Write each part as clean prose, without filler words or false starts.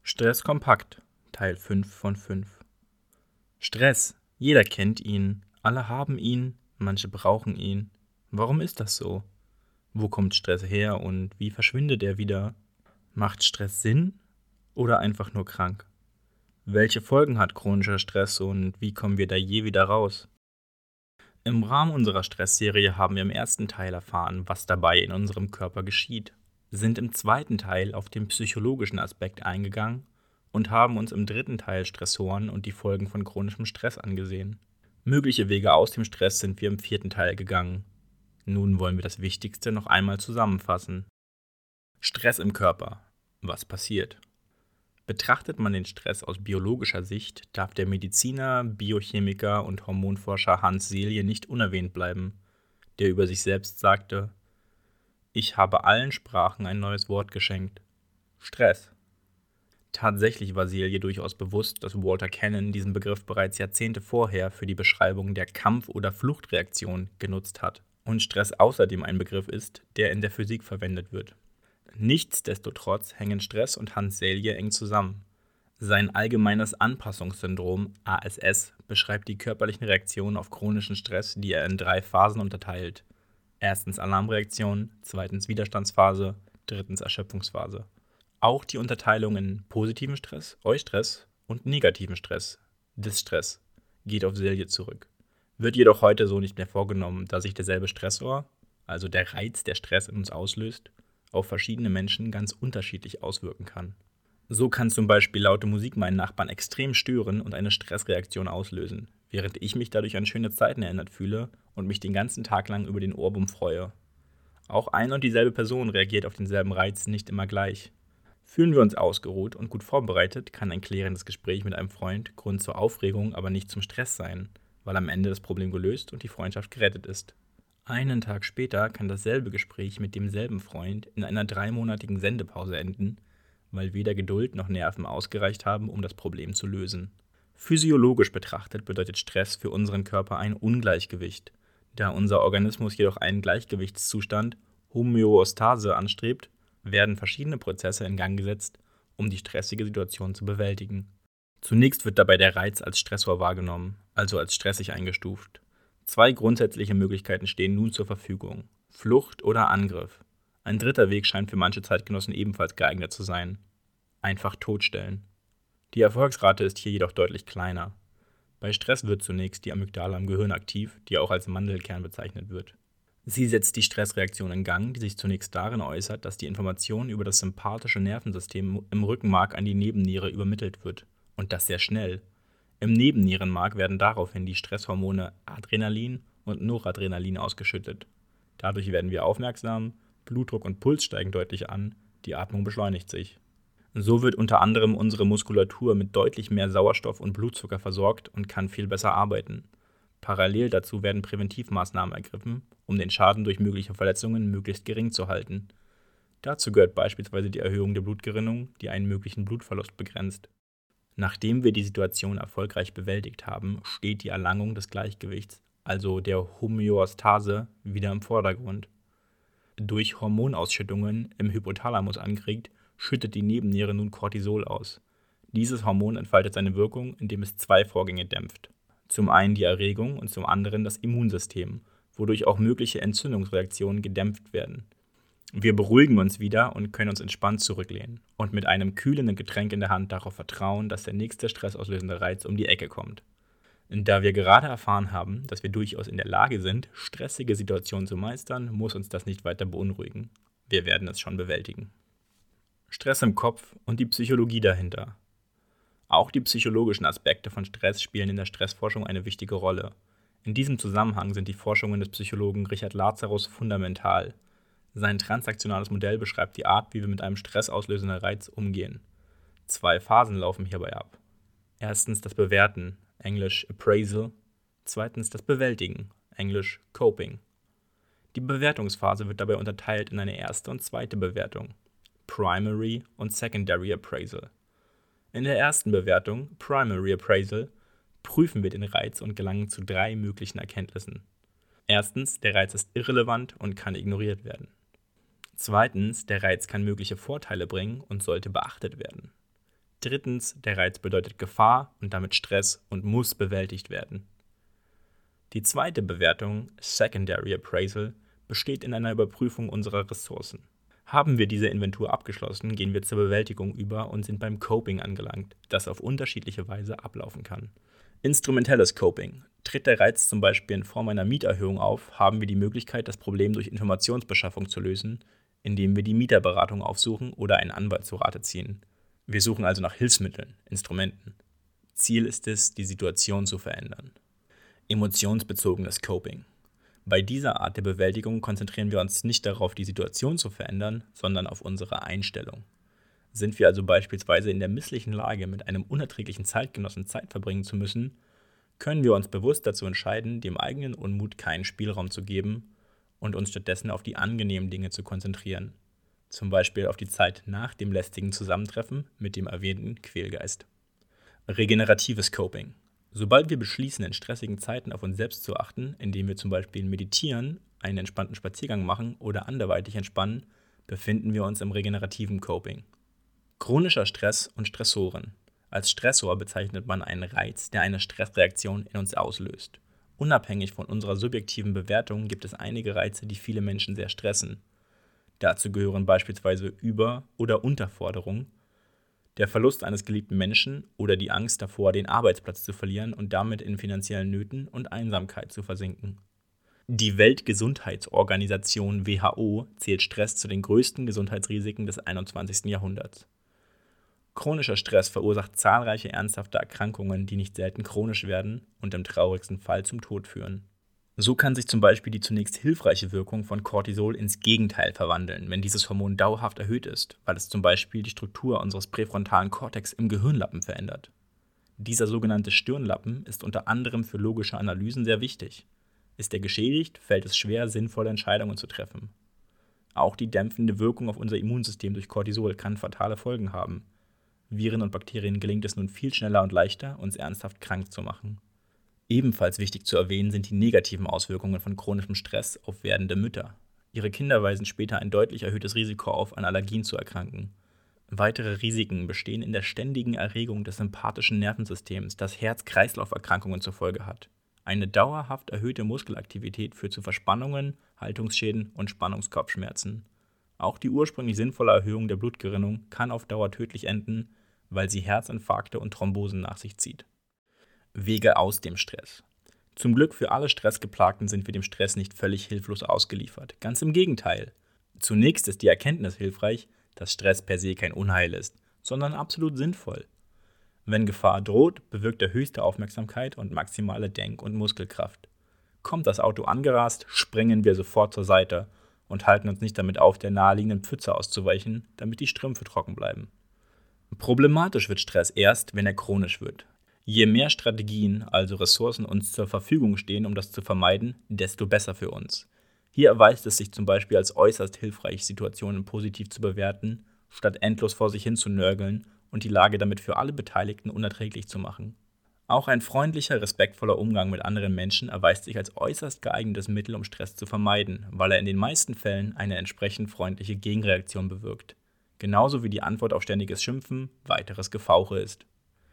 Stress kompakt, Teil 5 von 5. Stress, jeder kennt ihn, alle haben ihn, manche brauchen ihn. Warum ist das so? Wo kommt Stress her und wie verschwindet er wieder? Macht Stress Sinn oder einfach nur krank? Welche Folgen hat chronischer Stress und wie kommen wir da je wieder raus? Im Rahmen unserer Stressserie haben wir im ersten Teil erfahren, was dabei in unserem Körper geschieht, sind im zweiten Teil auf den psychologischen Aspekt eingegangen und haben uns im dritten Teil Stressoren und die Folgen von chronischem Stress angesehen. Mögliche Wege aus dem Stress sind wir im vierten Teil gegangen. Nun wollen wir das Wichtigste noch einmal zusammenfassen. Stress im Körper. Was passiert? Betrachtet man den Stress aus biologischer Sicht, darf der Mediziner, Biochemiker und Hormonforscher Hans Selye nicht unerwähnt bleiben, der über sich selbst sagte: Ich habe allen Sprachen ein neues Wort geschenkt. Stress. Tatsächlich war Selye durchaus bewusst, dass Walter Cannon diesen Begriff bereits Jahrzehnte vorher für die Beschreibung der Kampf- oder Fluchtreaktion genutzt hat und Stress außerdem ein Begriff ist, der in der Physik verwendet wird. Nichtsdestotrotz hängen Stress und Hans Selye eng zusammen. Sein allgemeines Anpassungssyndrom (ASS) beschreibt die körperlichen Reaktionen auf chronischen Stress, die er in 3 Phasen unterteilt: Erstens Alarmreaktion, zweitens Widerstandsphase, drittens Erschöpfungsphase. Auch die Unterteilung in positiven Stress, Eustress und negativen Stress, Distress, geht auf Selye zurück. Wird jedoch heute so nicht mehr vorgenommen, da sich derselbe Stressor, also der Reiz, der Stress in uns auslöst, auf verschiedene Menschen ganz unterschiedlich auswirken kann. So kann zum Beispiel laute Musik meinen Nachbarn extrem stören und eine Stressreaktion auslösen, während ich mich dadurch an schöne Zeiten erinnert fühle und mich den ganzen Tag lang über den Ohrwurm freue. Auch ein und dieselbe Person reagiert auf denselben Reiz nicht immer gleich. Fühlen wir uns ausgeruht und gut vorbereitet, kann ein klärendes Gespräch mit einem Freund Grund zur Aufregung, aber nicht zum Stress sein, weil am Ende das Problem gelöst und die Freundschaft gerettet ist. Einen Tag später kann dasselbe Gespräch mit demselben Freund in einer 3-monatigen Sendepause enden, weil weder Geduld noch Nerven ausgereicht haben, um das Problem zu lösen. Physiologisch betrachtet bedeutet Stress für unseren Körper ein Ungleichgewicht. Da unser Organismus jedoch einen Gleichgewichtszustand, Homöostase, anstrebt, werden verschiedene Prozesse in Gang gesetzt, um die stressige Situation zu bewältigen. Zunächst wird dabei der Reiz als Stressor wahrgenommen, also als stressig eingestuft. 2 grundsätzliche Möglichkeiten stehen nun zur Verfügung: Flucht oder Angriff. Ein dritter Weg scheint für manche Zeitgenossen ebenfalls geeignet zu sein: einfach totstellen. Die Erfolgsrate ist hier jedoch deutlich kleiner. Bei Stress wird zunächst die Amygdala im Gehirn aktiv, die auch als Mandelkern bezeichnet wird. Sie setzt die Stressreaktion in Gang, die sich zunächst darin äußert, dass die Information über das sympathische Nervensystem im Rückenmark an die Nebenniere übermittelt wird. Und das sehr schnell. Im Nebennierenmark werden daraufhin die Stresshormone Adrenalin und Noradrenalin ausgeschüttet. Dadurch werden wir aufmerksam, Blutdruck und Puls steigen deutlich an, die Atmung beschleunigt sich. So wird unter anderem unsere Muskulatur mit deutlich mehr Sauerstoff und Blutzucker versorgt und kann viel besser arbeiten. Parallel dazu werden Präventivmaßnahmen ergriffen, um den Schaden durch mögliche Verletzungen möglichst gering zu halten. Dazu gehört beispielsweise die Erhöhung der Blutgerinnung, die einen möglichen Blutverlust begrenzt. Nachdem wir die Situation erfolgreich bewältigt haben, steht die Erlangung des Gleichgewichts, also der Homöostase, wieder im Vordergrund. Durch Hormonausschüttungen im Hypothalamus angeregt, schüttet die Nebenniere nun Cortisol aus. Dieses Hormon entfaltet seine Wirkung, indem es 2 Vorgänge dämpft: Zum einen die Erregung und zum anderen das Immunsystem, wodurch auch mögliche Entzündungsreaktionen gedämpft werden. Wir beruhigen uns wieder und können uns entspannt zurücklehnen und mit einem kühlenden Getränk in der Hand darauf vertrauen, dass der nächste stressauslösende Reiz um die Ecke kommt. Da wir gerade erfahren haben, dass wir durchaus in der Lage sind, stressige Situationen zu meistern, muss uns das nicht weiter beunruhigen. Wir werden es schon bewältigen. Stress im Kopf und die Psychologie dahinter. Auch die psychologischen Aspekte von Stress spielen in der Stressforschung eine wichtige Rolle. In diesem Zusammenhang sind die Forschungen des Psychologen Richard Lazarus fundamental. Sein transaktionales Modell beschreibt die Art, wie wir mit einem stressauslösenden Reiz umgehen. 2 Phasen laufen hierbei ab. Erstens das Bewerten, englisch Appraisal, zweitens das Bewältigen, englisch Coping. Die Bewertungsphase wird dabei unterteilt in eine erste und zweite Bewertung, Primary und Secondary Appraisal. In der ersten Bewertung, Primary Appraisal, prüfen wir den Reiz und gelangen zu 3 möglichen Erkenntnissen. Erstens, der Reiz ist irrelevant und kann ignoriert werden. Zweitens, der Reiz kann mögliche Vorteile bringen und sollte beachtet werden. Drittens, der Reiz bedeutet Gefahr und damit Stress und muss bewältigt werden. Die zweite Bewertung, Secondary Appraisal, besteht in einer Überprüfung unserer Ressourcen. Haben wir diese Inventur abgeschlossen, gehen wir zur Bewältigung über und sind beim Coping angelangt, das auf unterschiedliche Weise ablaufen kann. Instrumentelles Coping. Tritt der Reiz zum Beispiel in Form einer Mieterhöhung auf, haben wir die Möglichkeit, das Problem durch Informationsbeschaffung zu lösen, indem wir die Mieterberatung aufsuchen oder einen Anwalt zu Rate ziehen. Wir suchen also nach Hilfsmitteln, Instrumenten. Ziel ist es, die Situation zu verändern. Emotionsbezogenes Coping. Bei dieser Art der Bewältigung konzentrieren wir uns nicht darauf, die Situation zu verändern, sondern auf unsere Einstellung. Sind wir also beispielsweise in der misslichen Lage, mit einem unerträglichen Zeitgenossen Zeit verbringen zu müssen, können wir uns bewusst dazu entscheiden, dem eigenen Unmut keinen Spielraum zu geben und uns stattdessen auf die angenehmen Dinge zu konzentrieren. Zum Beispiel auf die Zeit nach dem lästigen Zusammentreffen mit dem erwähnten Quälgeist. Regeneratives Coping. Sobald wir beschließen, in stressigen Zeiten auf uns selbst zu achten, indem wir zum Beispiel meditieren, einen entspannten Spaziergang machen oder anderweitig entspannen, befinden wir uns im regenerativen Coping. Chronischer Stress und Stressoren. Als Stressor bezeichnet man einen Reiz, der eine Stressreaktion in uns auslöst. Unabhängig von unserer subjektiven Bewertung gibt es einige Reize, die viele Menschen sehr stressen. Dazu gehören beispielsweise Über- oder Unterforderung, der Verlust eines geliebten Menschen oder die Angst davor, den Arbeitsplatz zu verlieren und damit in finanziellen Nöten und Einsamkeit zu versinken. Die Weltgesundheitsorganisation WHO zählt Stress zu den größten Gesundheitsrisiken des 21. Jahrhunderts. Chronischer Stress verursacht zahlreiche ernsthafte Erkrankungen, die nicht selten chronisch werden und im traurigsten Fall zum Tod führen. So kann sich zum Beispiel die zunächst hilfreiche Wirkung von Cortisol ins Gegenteil verwandeln, wenn dieses Hormon dauerhaft erhöht ist, weil es zum Beispiel die Struktur unseres präfrontalen Kortex im Gehirnlappen verändert. Dieser sogenannte Stirnlappen ist unter anderem für logische Analysen sehr wichtig. Ist er geschädigt, fällt es schwer, sinnvolle Entscheidungen zu treffen. Auch die dämpfende Wirkung auf unser Immunsystem durch Cortisol kann fatale Folgen haben. Viren und Bakterien gelingt es nun viel schneller und leichter, uns ernsthaft krank zu machen. Ebenfalls wichtig zu erwähnen sind die negativen Auswirkungen von chronischem Stress auf werdende Mütter. Ihre Kinder weisen später ein deutlich erhöhtes Risiko auf, an Allergien zu erkranken. Weitere Risiken bestehen in der ständigen Erregung des sympathischen Nervensystems, das Herz-Kreislauf-Erkrankungen zur Folge hat. Eine dauerhaft erhöhte Muskelaktivität führt zu Verspannungen, Haltungsschäden und Spannungskopfschmerzen. Auch die ursprünglich sinnvolle Erhöhung der Blutgerinnung kann auf Dauer tödlich enden, weil sie Herzinfarkte und Thrombosen nach sich zieht. Wege aus dem Stress. Zum Glück für alle Stressgeplagten sind wir dem Stress nicht völlig hilflos ausgeliefert. Ganz im Gegenteil. Zunächst ist die Erkenntnis hilfreich, dass Stress per se kein Unheil ist, sondern absolut sinnvoll. Wenn Gefahr droht, bewirkt er höchste Aufmerksamkeit und maximale Denk- und Muskelkraft. Kommt das Auto angerast, springen wir sofort zur Seite und halten uns nicht damit auf, der naheliegenden Pfütze auszuweichen, damit die Strümpfe trocken bleiben. Problematisch wird Stress erst, wenn er chronisch wird. Je mehr Strategien, also Ressourcen, uns zur Verfügung stehen, um das zu vermeiden, desto besser für uns. Hier erweist es sich zum Beispiel als äußerst hilfreich, Situationen positiv zu bewerten, statt endlos vor sich hin zu nörgeln und die Lage damit für alle Beteiligten unerträglich zu machen. Auch ein freundlicher, respektvoller Umgang mit anderen Menschen erweist sich als äußerst geeignetes Mittel, um Stress zu vermeiden, weil er in den meisten Fällen eine entsprechend freundliche Gegenreaktion bewirkt. Genauso wie die Antwort auf ständiges Schimpfen weiteres Gefauche ist.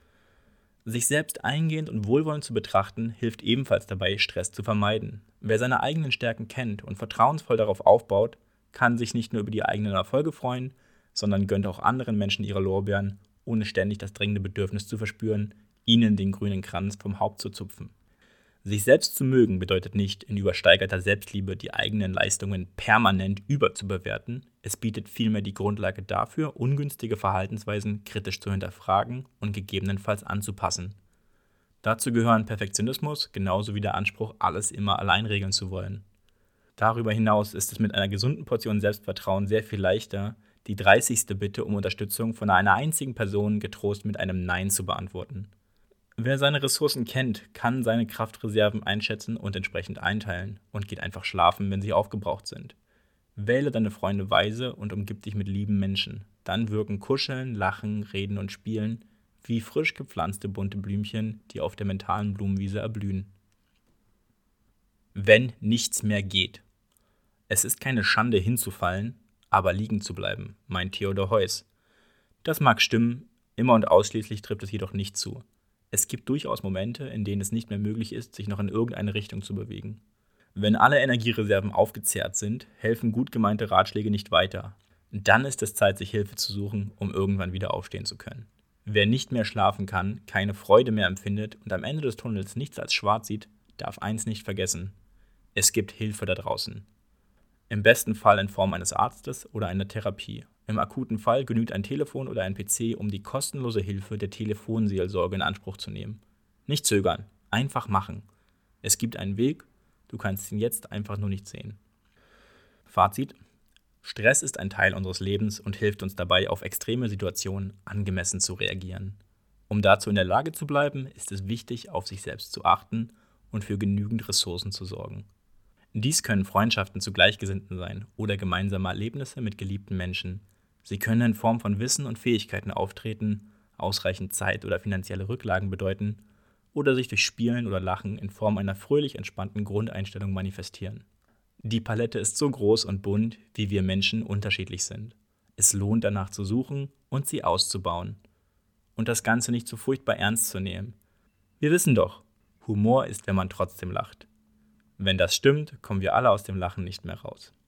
Sich selbst eingehend und wohlwollend zu betrachten, hilft ebenfalls dabei, Stress zu vermeiden. Wer seine eigenen Stärken kennt und vertrauensvoll darauf aufbaut, kann sich nicht nur über die eigenen Erfolge freuen, sondern gönnt auch anderen Menschen ihre Lorbeeren, ohne ständig das dringende Bedürfnis zu verspüren, ihnen den grünen Kranz vom Haupt zu zupfen. Sich selbst zu mögen bedeutet nicht, in übersteigerter Selbstliebe die eigenen Leistungen permanent überzubewerten. Es bietet vielmehr die Grundlage dafür, ungünstige Verhaltensweisen kritisch zu hinterfragen und gegebenenfalls anzupassen. Dazu gehören Perfektionismus genauso wie der Anspruch, alles immer allein regeln zu wollen. Darüber hinaus ist es mit einer gesunden Portion Selbstvertrauen sehr viel leichter, die 30. Bitte um Unterstützung von einer einzigen Person getrost mit einem Nein zu beantworten. Wer seine Ressourcen kennt, kann seine Kraftreserven einschätzen und entsprechend einteilen und geht einfach schlafen, wenn sie aufgebraucht sind. Wähle deine Freunde weise und umgib dich mit lieben Menschen. Dann wirken Kuscheln, Lachen, Reden und Spielen wie frisch gepflanzte bunte Blümchen, die auf der mentalen Blumenwiese erblühen. Wenn nichts mehr geht. Es ist keine Schande hinzufallen, aber liegen zu bleiben, meint Theodor Heuss. Das mag stimmen, Immer und ausschließlich trifft es jedoch nicht zu. Es gibt durchaus Momente, in denen es nicht mehr möglich ist, sich noch in irgendeine Richtung zu bewegen. Wenn alle Energiereserven aufgezehrt sind, helfen gut gemeinte Ratschläge nicht weiter. Dann ist es Zeit, sich Hilfe zu suchen, um irgendwann wieder aufstehen zu können. Wer nicht mehr schlafen kann, keine Freude mehr empfindet und am Ende des Tunnels nichts als schwarz sieht, darf eins nicht vergessen: Es gibt Hilfe da draußen. Im besten Fall in Form eines Arztes oder einer Therapie. Im akuten Fall genügt ein Telefon oder ein PC, um die kostenlose Hilfe der Telefonseelsorge in Anspruch zu nehmen. Nicht zögern, einfach machen. Es gibt einen Weg, du kannst ihn jetzt einfach nur nicht sehen. Fazit: Stress ist ein Teil unseres Lebens und hilft uns dabei, auf extreme Situationen angemessen zu reagieren. Um dazu in der Lage zu bleiben, ist es wichtig, auf sich selbst zu achten und für genügend Ressourcen zu sorgen. Dies können Freundschaften zu Gleichgesinnten sein oder gemeinsame Erlebnisse mit geliebten Menschen. Sie können in Form von Wissen und Fähigkeiten auftreten, ausreichend Zeit oder finanzielle Rücklagen bedeuten oder sich durch Spielen oder Lachen in Form einer fröhlich entspannten Grundeinstellung manifestieren. Die Palette ist so groß und bunt, wie wir Menschen unterschiedlich sind. Es lohnt danach zu suchen und sie auszubauen. Und das Ganze nicht so furchtbar ernst zu nehmen. Wir wissen doch, Humor ist, wenn man trotzdem lacht. Wenn das stimmt, kommen wir alle aus dem Lachen nicht mehr raus.